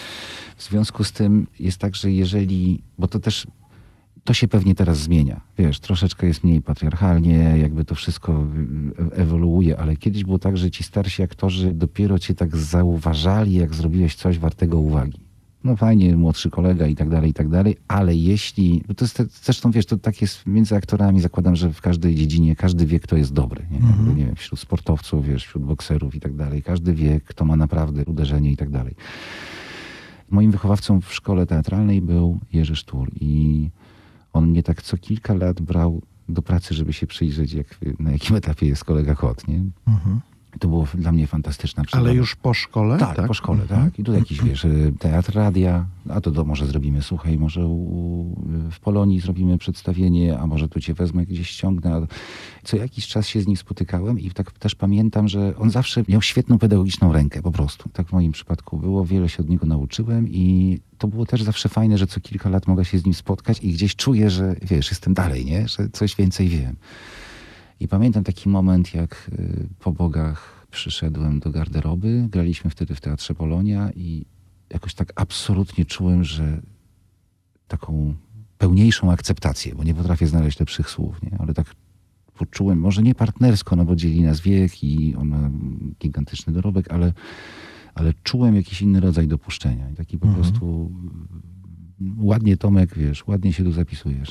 W związku z tym jest tak, że jeżeli, bo to też to się pewnie teraz zmienia. Wiesz, troszeczkę jest mniej patriarchalnie, jakby to wszystko ewoluuje, ale kiedyś było tak, że ci starsi aktorzy dopiero cię tak zauważali, jak zrobiłeś coś wartego uwagi. No fajnie, młodszy kolega i tak dalej, i tak dalej, ale jeśli, bo to jest zresztą, wiesz, to tak jest między aktorami, zakładam, że w każdej dziedzinie, każdy wie, kto jest dobry. Nie, mm-hmm. nie wiem, wśród sportowców, wiesz, wśród bokserów i tak dalej. Każdy wie, kto ma naprawdę uderzenie i tak dalej. Moim wychowawcą w szkole teatralnej był Jerzy Sztur i on mnie tak co kilka lat brał do pracy, żeby się przyjrzeć, jak, na jakim etapie jest kolega Kot, nie? Mhm. To było dla mnie fantastyczna przygoda. Ale już po szkole? Tak, tak? po szkole, mhm. tak. I tu jakiś, wiesz, teatr radia, a to do, może zrobimy, słuchaj, może u, w Polonii zrobimy przedstawienie, a może tu cię wezmę, gdzieś ściągnę. A co jakiś czas się z nim spotykałem i tak też pamiętam, że on zawsze miał świetną pedagogiczną rękę, po prostu. Tak w moim przypadku było, wiele się od niego nauczyłem i to było też zawsze fajne, że co kilka lat mogę się z nim spotkać i gdzieś czuję, że wiesz, jestem dalej, nie? Że coś więcej wiem. I pamiętam taki moment, jak y, po bogach przyszedłem do garderoby. Graliśmy wtedy w Teatrze Polonia i jakoś tak absolutnie czułem, że taką pełniejszą akceptację, bo nie potrafię znaleźć lepszych słów, nie? Ale tak poczułem, może nie partnersko, no bo dzieli nas wiek i on ma gigantyczny dorobek, ale, ale czułem jakiś inny rodzaj dopuszczenia. I taki po mhm. prostu ładnie, Tomek, wiesz, ładnie się tu zapisujesz.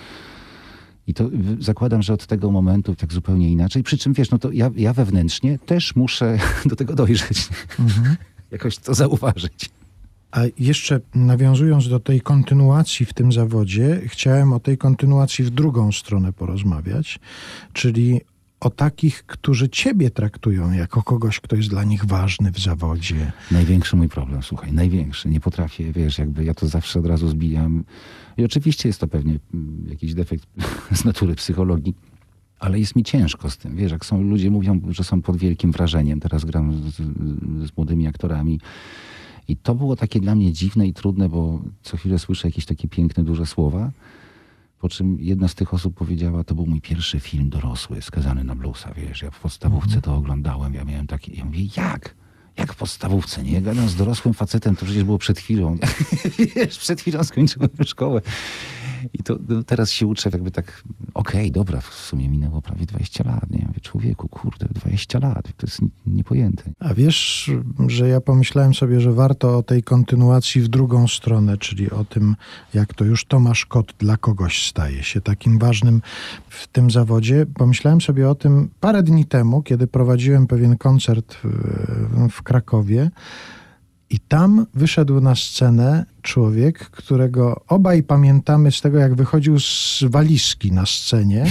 I to zakładam, że od tego momentu tak zupełnie inaczej. Przy czym, wiesz, no to ja, ja wewnętrznie też muszę do tego dojrzeć. Mhm. Jakoś to zauważyć. A jeszcze nawiązując do tej kontynuacji w tym zawodzie, chciałem o tej kontynuacji w drugą stronę porozmawiać, czyli o takich, którzy ciebie traktują jako kogoś, kto jest dla nich ważny w zawodzie. Największy mój problem, słuchaj, największy. Nie potrafię, wiesz, jakby ja to zawsze od razu zbijam. I oczywiście jest to pewnie jakiś defekt z natury psychologii, ale jest mi ciężko z tym. Wiesz, jak są ludzie mówią, że są pod wielkim wrażeniem. Teraz gram z, z młodymi aktorami. I to było takie dla mnie dziwne i trudne, bo co chwilę słyszę jakieś takie piękne, duże słowa. Po czym jedna z tych osób powiedziała, to był mój pierwszy film dorosły, Skazany na bluesa, wiesz, ja w podstawówce to oglądałem, ja miałem takie, ja mówię, jak? Jak w podstawówce, nie? Gadam z dorosłym facetem, to przecież było przed chwilą. Wiesz, przed chwilą skończyłem szkołę. I to no, teraz się uczę jakby tak, okej, okay, dobra, w sumie minęło prawie dwadzieścia lat, nie? Mówię, człowieku, kurde, dwadzieścia lat, to jest niepojęte. A wiesz, że ja pomyślałem sobie, że warto o tej kontynuacji w drugą stronę, czyli o tym, jak to już Tomasz Kot dla kogoś staje się takim ważnym w tym zawodzie. Pomyślałem sobie o tym parę dni temu, kiedy prowadziłem pewien koncert w, w Krakowie. I tam wyszedł na scenę człowiek, którego obaj pamiętamy z tego, jak wychodził z walizki na scenie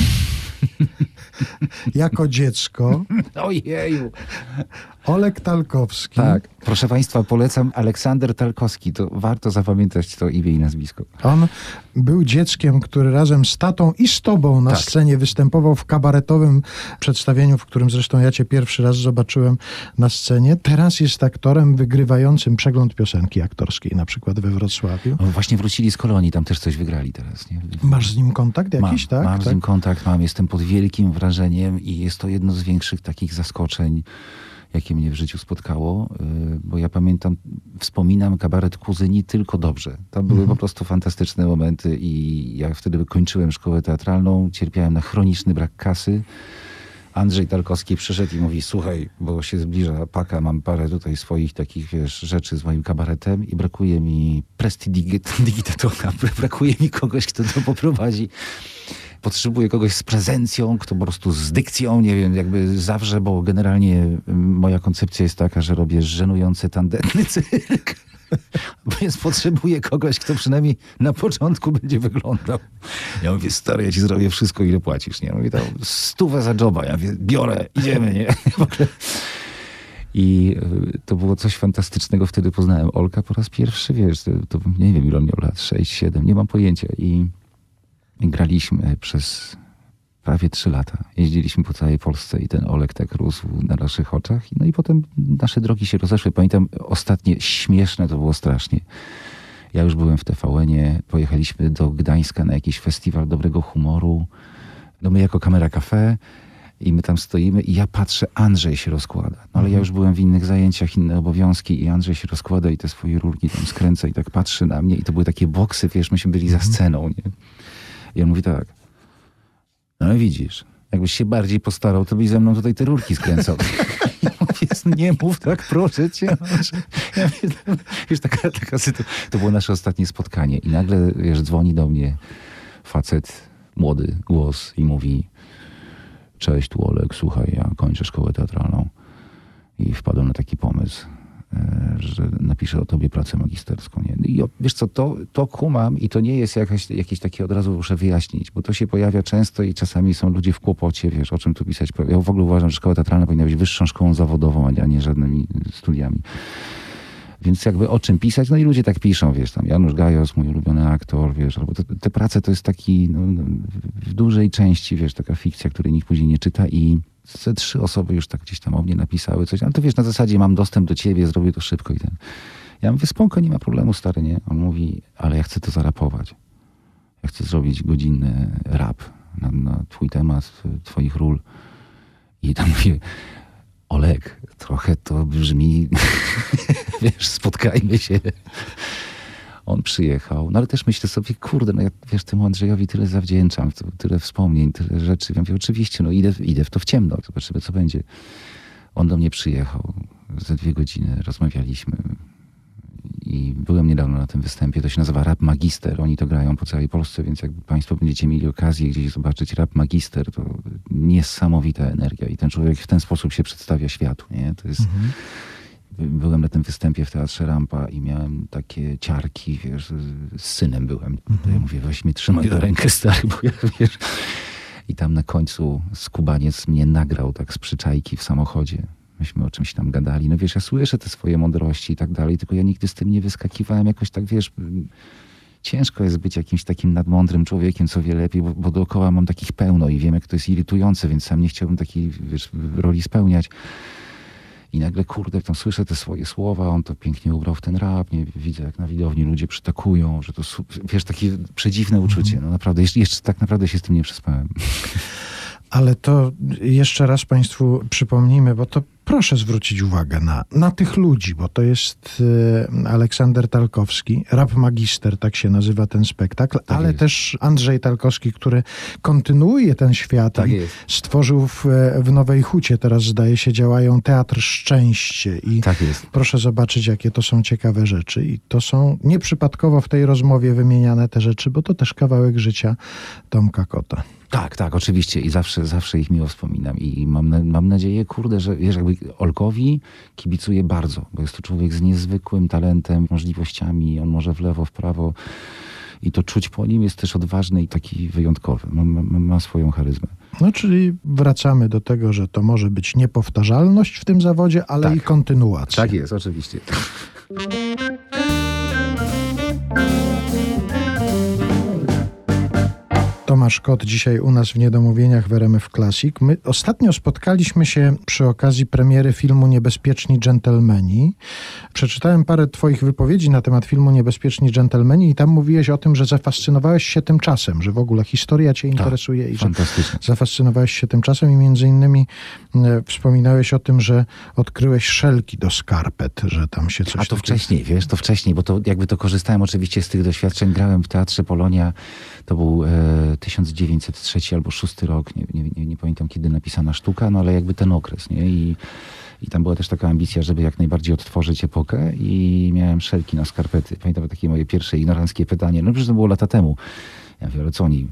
jako dziecko. Ojeju! Oleg Talkowski. Tak, proszę Państwa, polecam Aleksander Talkowski. To warto zapamiętać to imię i nazwisko. On był dzieckiem, który razem z tatą i z tobą na tak. scenie występował w kabaretowym przedstawieniu, w którym zresztą ja cię pierwszy raz zobaczyłem na scenie. Teraz jest aktorem wygrywającym przegląd piosenki aktorskiej, na przykład we Wrocławiu. O, właśnie wrócili z Kolonii, tam też coś wygrali teraz. Nie? Masz z nim kontakt jakiś, mam, tak? Mam tak? z nim kontakt, mam. Jestem pod wielkim wrażeniem i jest to jedno z większych takich zaskoczeń, jakie mnie w życiu spotkało, bo ja pamiętam, wspominam kabaret Kuzyni tylko dobrze. Tam były mhm. po prostu fantastyczne momenty i ja wtedy kończyłem szkołę teatralną, cierpiałem na chroniczny brak kasy. Andrzej Talkowski przyszedł i mówi, słuchaj, bo się zbliża paka, mam parę tutaj swoich takich, wiesz, rzeczy z moim kabaretem i brakuje mi prestidigitatora, brakuje mi kogoś, kto to poprowadzi. Potrzebuję kogoś z prezencją, kto po prostu z dykcją, nie wiem, jakby zawrze, bo generalnie moja koncepcja jest taka, że robię żenujący tandetny cyrk. Więc potrzebuję kogoś, kto przynajmniej na początku będzie wyglądał. Ja mówię, stary, ja ci zrobię wszystko, ile płacisz. Nie? Ja mówię, to stówę za joba. Ja mówię, biorę, idziemy. Nie? I to było coś fantastycznego. Wtedy poznałem Olka po raz pierwszy, wiesz, to, to nie wiem, ile on miał lat, sześć, siedem, nie mam pojęcia. I, i graliśmy przez prawie trzy lata. Jeździliśmy po całej Polsce i ten Olek tak rósł na naszych oczach. No i potem nasze drogi się rozeszły. Pamiętam, ostatnie śmieszne to było strasznie. Ja już byłem w T V N-ie, pojechaliśmy do Gdańska na jakiś festiwal dobrego humoru. No my jako Kamera Cafe i my tam stoimy i ja patrzę, Andrzej się rozkłada. No ale ja już byłem w innych zajęciach, inne obowiązki i Andrzej się rozkłada i te swoje rurki tam skręca i tak patrzy na mnie i to były takie boksy, wiesz, myśmy byli za sceną, nie? I on mówi tak, no widzisz, jakbyś się bardziej postarał, to byś ze mną tutaj te rurki skręcał. Ja mówię, nie mów tak, proszę cię. Ja mówię, wiesz, taka, taka sytuacja. To było nasze ostatnie spotkanie i nagle, wiesz, dzwoni do mnie facet, młody głos i mówi, cześć, tu Olek, słuchaj, ja kończę szkołę teatralną i wpadłem na taki pomysł, że napiszę o tobie pracę magisterską. Nie? I wiesz co, to, to kumam i to nie jest jakaś, jakieś takie, od razu muszę wyjaśnić, bo to się pojawia często i czasami są ludzie w kłopocie, wiesz, o czym tu pisać. Ja w ogóle uważam, że szkoła teatralna powinna być wyższą szkołą zawodową, a nie żadnymi studiami. Więc jakby o czym pisać? No i ludzie tak piszą, wiesz, tam Janusz Gajos, mój ulubiony aktor, wiesz, albo te, te prace to jest taki, no, w dużej części, wiesz, taka fikcja, której nikt później nie czyta i ze trzy osoby już tak gdzieś tam o mnie napisały coś, ale to wiesz, na zasadzie mam dostęp do ciebie, zrobię to szybko i ten. Ja mówię, spoko, nie ma problemu, stary, nie? On mówi, ale ja chcę to zarapować. Ja chcę zrobić godzinny rap na, na twój temat, twoich ról. I tam mówię, Olek, trochę to brzmi, wiesz, spotkajmy się. On przyjechał, no ale też myślę sobie, kurde, no ja, wiesz, temu Andrzejowi tyle zawdzięczam, tyle wspomnień, tyle rzeczy. Ja mówię, oczywiście, no idę, idę w to w ciemno, zobaczymy, co będzie. On do mnie przyjechał, za dwie godziny rozmawialiśmy i byłem niedawno na tym występie, to się nazywa Rap Magister, oni to grają po całej Polsce, więc jak państwo będziecie mieli okazję gdzieś zobaczyć Rap Magister, to niesamowita energia i ten człowiek w ten sposób się przedstawia światu, nie? To jest... Mhm. Byłem na tym występie w Teatrze Rampa i miałem takie ciarki, wiesz, z synem byłem. Mhm. Ja mówię, weź mnie, trzymaj za rękę, stary, bo ja, wiesz... I tam na końcu skubaniec mnie nagrał tak z przyczajki w samochodzie. Myśmy o czymś tam gadali. No wiesz, ja słyszę te swoje mądrości i tak dalej, tylko ja nigdy z tym nie wyskakiwałem jakoś tak, wiesz... Ciężko jest być jakimś takim nadmądrym człowiekiem, co wie lepiej, bo, bo dookoła mam takich pełno i wiem, jak to jest irytujące, więc sam nie chciałbym takiej, wiesz, roli spełniać. I nagle, kurde, tam słyszę te swoje słowa, on to pięknie ubrał w ten rap, nie, widzę, jak na widowni ludzie przytakują, że to, wiesz, takie przedziwne uczucie. No naprawdę, jeszcze, jeszcze tak naprawdę się z tym nie przespałem. Ale to jeszcze raz Państwu przypomnijmy, bo to proszę zwrócić uwagę na, na tych ludzi, bo to jest y, Aleksander Talkowski, Rap Magister, tak się nazywa ten spektakl, tak ale jest. Też Andrzej Talkowski, który kontynuuje ten świat tak i jest. Stworzył w, w Nowej Hucie, teraz zdaje się działają Teatr Szczęście i tak jest. Proszę zobaczyć, jakie to są ciekawe rzeczy i to są nieprzypadkowo w tej rozmowie wymieniane te rzeczy, bo to też kawałek życia Tomka Kota. Tak, tak, oczywiście i zawsze, zawsze ich miło wspominam i mam, mam nadzieję, kurde, że wiesz, jakby Olkowi kibicuję bardzo, bo jest to człowiek z niezwykłym talentem, możliwościami, on może w lewo, w prawo i to czuć po nim, jest też odważny i taki wyjątkowy, ma, ma, ma swoją charyzmę. No czyli wracamy do tego, że to może być niepowtarzalność w tym zawodzie, ale tak. I kontynuacja. Tak jest, oczywiście. Tomasz Kot dzisiaj u nas w Niedomówieniach w R M F Classic. My ostatnio spotkaliśmy się przy okazji premiery filmu Niebezpieczni Dżentelmeni. Przeczytałem parę twoich wypowiedzi na temat filmu Niebezpieczni Dżentelmeni i tam mówiłeś o tym, że zafascynowałeś się tym czasem, że w ogóle historia cię interesuje i że zafascynowałeś się tym czasem i między innymi e, wspominałeś o tym, że odkryłeś szelki do skarpet, że tam się coś... A to wcześniej, wiesz, to wcześniej, bo to jakby to korzystałem oczywiście z tych doświadczeń. Grałem w Teatrze Polonia, to był e, tysiąc dziewięćset trzeci albo szósty rok, nie, nie, nie, nie pamiętam kiedy napisana sztuka, no ale jakby ten okres, nie? I, i tam była też taka ambicja, żeby jak najbardziej odtworzyć epokę i miałem szelki na skarpety. Pamiętam takie moje pierwsze ignoranckie pytanie, no przecież to było lata temu. Ja mówię, ale co oni,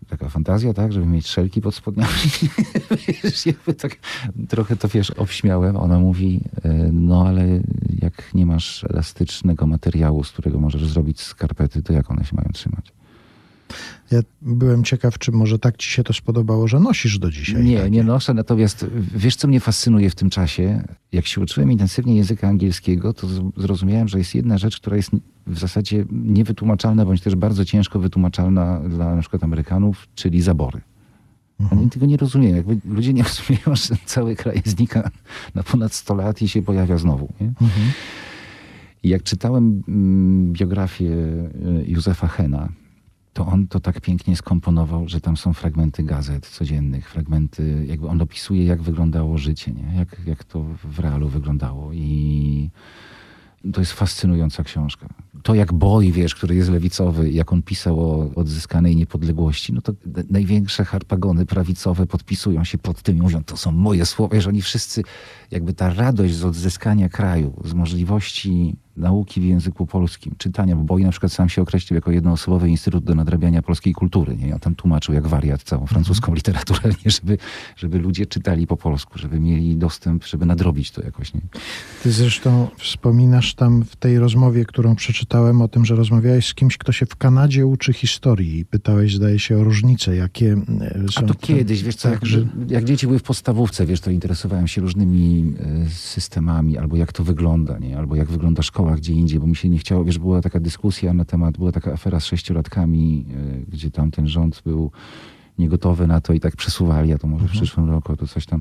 taka fantazja, tak, żeby mieć szelki pod spodniami. Wiesz, jakby tak trochę to, wiesz, obśmiałem. Ona mówi, no ale jak nie masz elastycznego materiału, z którego możesz zrobić skarpety, to jak one się mają trzymać? Ja byłem ciekaw, czy może tak ci się to spodobało, że nosisz do dzisiaj. Nie, takie. nie noszę, natomiast wiesz, co mnie fascynuje w tym czasie? Jak się uczyłem intensywnie języka angielskiego, to zrozumiałem, że jest jedna rzecz, która jest w zasadzie niewytłumaczalna, bądź też bardzo ciężko wytłumaczalna dla na przykład Amerykanów, czyli zabory. Mhm. Oni tego nie rozumieją. Jakby ludzie nie rozumieją, że cały kraj znika na ponad sto lat i się pojawia znowu. Nie? Mhm. I jak czytałem mm, biografię Józefa Hena, to on to tak pięknie skomponował, że tam są fragmenty gazet codziennych, fragmenty, jakby on opisuje, jak wyglądało życie, nie? Jak, jak to w realu wyglądało. I to jest fascynująca książka. To jak Boy, wiesz, który jest lewicowy, jak on pisał o odzyskanej niepodległości, no to największe harpagony prawicowe podpisują się pod tym i mówią, to są moje słowa, że oni wszyscy, jakby ta radość z odzyskania kraju, z możliwości nauki w języku polskim, czytania, bo Boy na przykład sam się określił jako jednoosobowy instytut do nadrabiania polskiej kultury. Nie? On tam tłumaczył jak wariat całą francuską mm. literaturę, nie? Żeby, żeby ludzie czytali po polsku, żeby mieli dostęp, żeby nadrobić to jakoś. Nie? Ty zresztą wspominasz tam w tej rozmowie, którą przeczytałem, o tym, że rozmawiałeś z kimś, kto się w Kanadzie uczy historii i pytałeś, zdaje się, o różnice, jakie są. A to kiedyś, wiesz co, tak, jak, że... jak dzieci były w podstawówce, wiesz, to interesowałem się różnymi e, systemami, albo jak to wygląda, nie? Albo jak wygląda szkoła gdzie indziej, bo mi się nie chciało, wiesz, była taka dyskusja na temat, była taka afera z sześciolatkami, e, gdzie tam ten rząd był niegotowy na to i tak przesuwali, a to może mhm. w przyszłym roku, to coś tam.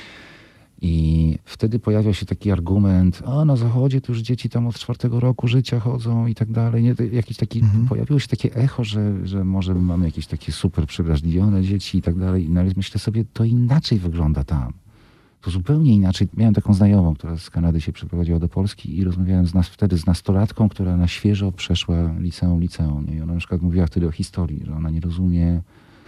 I wtedy pojawiał się taki argument, a na zachodzie to już dzieci tam od czwartego roku życia chodzą i tak dalej. Nie? Jakiś taki, mhm. Pojawiło się takie echo, że, że może mamy jakieś takie super przewrażliwione dzieci i tak dalej. No ale myślę sobie, to inaczej wygląda tam. To zupełnie inaczej. Miałem taką znajomą, która z Kanady się przeprowadziła do Polski i rozmawiałem z nas wtedy z nastolatką, która na świeżo przeszła liceum, liceum. Nie? I ona na przykład mówiła wtedy o historii, że ona nie rozumie,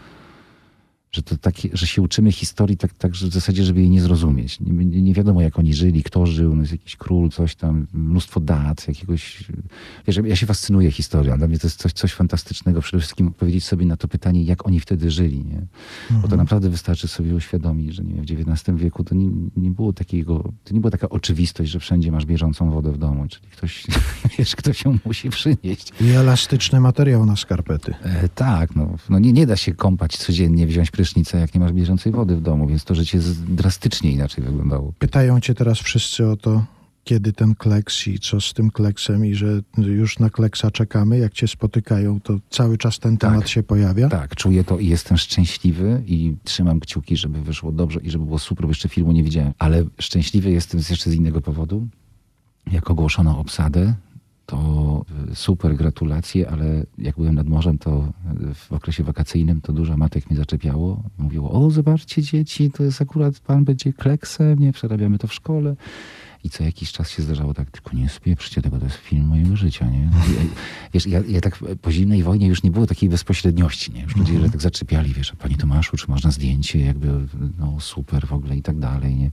że to takie, że się uczymy historii tak, tak że w zasadzie, żeby jej nie zrozumieć. Nie, nie, nie wiadomo, jak oni żyli, kto żył, no jest jakiś król, coś tam, mnóstwo dat, jakiegoś... Wiesz, ja się fascynuję historią. Dla mnie to jest coś, coś fantastycznego. Przede wszystkim odpowiedzieć sobie na to pytanie, jak oni wtedy żyli, nie? Mhm. Bo to naprawdę wystarczy sobie uświadomić, że nie wiem, w dziewiętnastym wieku to nie, nie było takiego, to nie była taka oczywistość, że wszędzie masz bieżącą wodę w domu, czyli ktoś, wiesz, ktoś ją musi przynieść. I elastyczny materiał na skarpety. E, tak, no, no nie, nie da się kąpać codziennie, wziąć prysznicę, jak nie masz bieżącej wody w domu, więc to życie drastycznie inaczej wyglądało. Pytają cię teraz wszyscy o to, kiedy ten kleks i co z tym kleksem i że już na kleksa czekamy. Jak cię spotykają, to cały czas ten temat tak, się pojawia? Tak, czuję to i jestem szczęśliwy i trzymam kciuki, żeby wyszło dobrze i żeby było super, bo jeszcze filmu nie widziałem. Ale szczęśliwy jestem jeszcze z innego powodu. Jak ogłoszono obsadę, to super, gratulacje, ale jak byłem nad morzem, to w okresie wakacyjnym to dużo matek mnie zaczepiało. Mówiło, o zobaczcie dzieci, to jest akurat pan będzie kleksem, nie, przerabiamy to w szkole. I co jakiś czas się zdarzało tak, tylko nie spieprzcie tego, to jest film mojego życia, nie? Wiesz, ja, ja tak po zimnej wojnie już nie było takiej bezpośredniości, nie? Już ludzie, że tak zaczepiali, wiesz, panie Tomaszu, czy można zdjęcie, jakby, no super w ogóle i tak dalej, nie?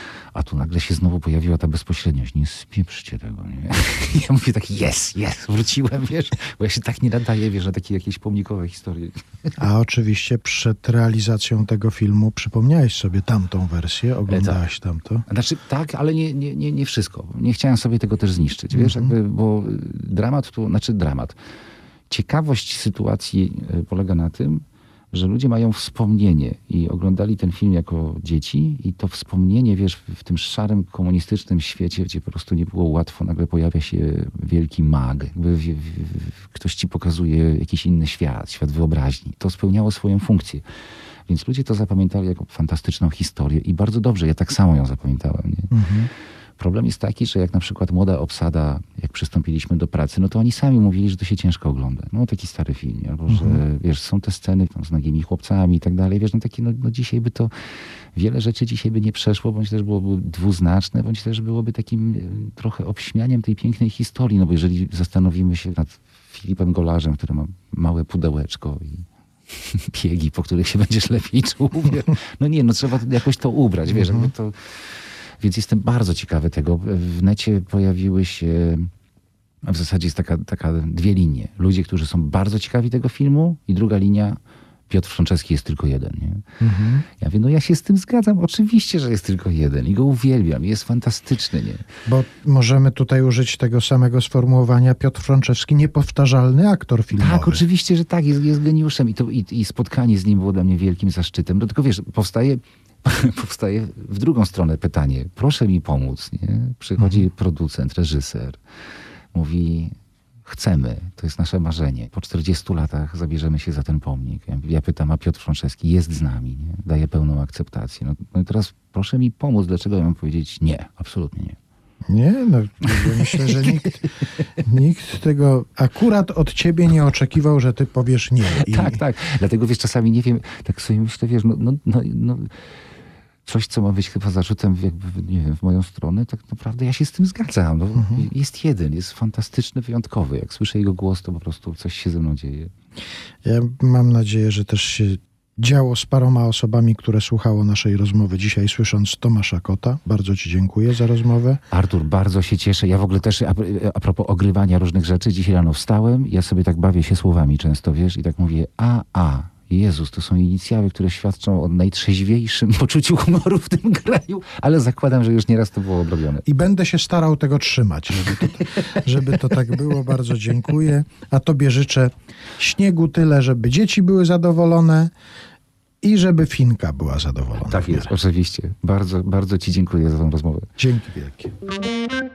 A tu nagle się znowu pojawiła ta bezpośredniość. Nie spieprzcie tego, nie? I ja mówię tak, jest, jest, wróciłem, wiesz, bo ja się tak nie nadaję, wiesz, na takie jakieś pomnikowe historie. A oczywiście przed realizacją tego filmu przypomniałeś sobie tamtą wersję, oglądałeś tamto? Znaczy tak, ale nie, nie, nie, nie wszystko. Nie chciałem sobie tego też zniszczyć, wiesz, mm-hmm. jakby, bo dramat tu, znaczy dramat. Ciekawość sytuacji polega na tym, że ludzie mają wspomnienie i oglądali ten film jako dzieci i to wspomnienie, wiesz, w tym szarym komunistycznym świecie, gdzie po prostu nie było łatwo, nagle pojawia się wielki mag, jakby w, w, w, ktoś ci pokazuje jakiś inny świat, świat wyobraźni. To spełniało swoją funkcję. Więc ludzie to zapamiętali jako fantastyczną historię i bardzo dobrze, ja tak samo ją zapamiętałem. Nie? Mhm. Problem jest taki, że jak na przykład młoda obsada, jak przystąpiliśmy do pracy, no to oni sami mówili, że to się ciężko ogląda. No taki stary film, albo mhm. że wiesz, są te sceny tam z nagimi chłopcami i tak dalej, wiesz, no takie, no, no dzisiaj by to, wiele rzeczy dzisiaj by nie przeszło, bądź też byłoby dwuznaczne, bądź też byłoby takim trochę obśmianiem tej pięknej historii, no bo jeżeli zastanowimy się nad Filipem Golarzem, który ma małe pudełeczko i biegi, po których się będziesz lepiej czuł, no nie, no trzeba jakoś to ubrać, wiesz, mhm. jakby to... Więc jestem bardzo ciekawy tego. W necie pojawiły się, w zasadzie jest taka, taka dwie linie. Ludzie, którzy są bardzo ciekawi tego filmu i druga linia, Piotr Frączewski jest tylko jeden. Nie? Mhm. Ja mówię, no ja się z tym zgadzam. Oczywiście, że jest tylko jeden i go uwielbiam. Jest fantastyczny. Nie? Bo możemy tutaj użyć tego samego sformułowania Piotr Frączewski, niepowtarzalny aktor filmowy. Tak, oczywiście, że tak. Jest, jest geniuszem i, to, i, i spotkanie z nim było dla mnie wielkim zaszczytem. No tylko wiesz, powstaje, powstaje w drugą stronę pytanie. Proszę mi pomóc. Nie? Przychodzi mhm. producent, reżyser. Mówi... Chcemy, to jest nasze marzenie. Po czterdziestu latach zabierzemy się za ten pomnik. Ja, ja pytam, a Piotr Frączewski jest z nami, nie? Daje pełną akceptację. No, no i teraz proszę mi pomóc, dlaczego ja mam powiedzieć nie, absolutnie nie. Nie, no myślę, że nikt, nikt tego akurat od ciebie nie oczekiwał, że ty powiesz nie. I... Tak, tak. Dlatego wiesz, czasami nie wiem, tak sobie myślę, wiesz, no, no, no, no coś, co ma być chyba zarzutem jakby, nie wiem, w moją stronę, tak naprawdę ja się z tym zgadzam. No, mhm. Jest jeden, jest fantastyczny, wyjątkowy. Jak słyszę jego głos, to po prostu coś się ze mną dzieje. Ja mam nadzieję, że też się działo z paroma osobami, które słuchało naszej rozmowy dzisiaj, słysząc Tomasza Kota. Bardzo ci dziękuję za rozmowę. Artur, bardzo się cieszę. Ja w ogóle też, a, a propos ogrywania różnych rzeczy, dzisiaj rano wstałem, ja sobie tak bawię się słowami często, wiesz, i tak mówię a, a. Jezus, to są inicjały, które świadczą o najtrzeźwiejszym poczuciu humoru w tym kraju, ale zakładam, że już nieraz to było obrobione. I będę się starał tego trzymać, żeby to, żeby to tak było. Bardzo dziękuję. A tobie życzę śniegu tyle, żeby dzieci były zadowolone i żeby Finka była zadowolona. Tak jest, oczywiście. Bardzo, bardzo ci dziękuję za tę rozmowę. Dzięki wielkie.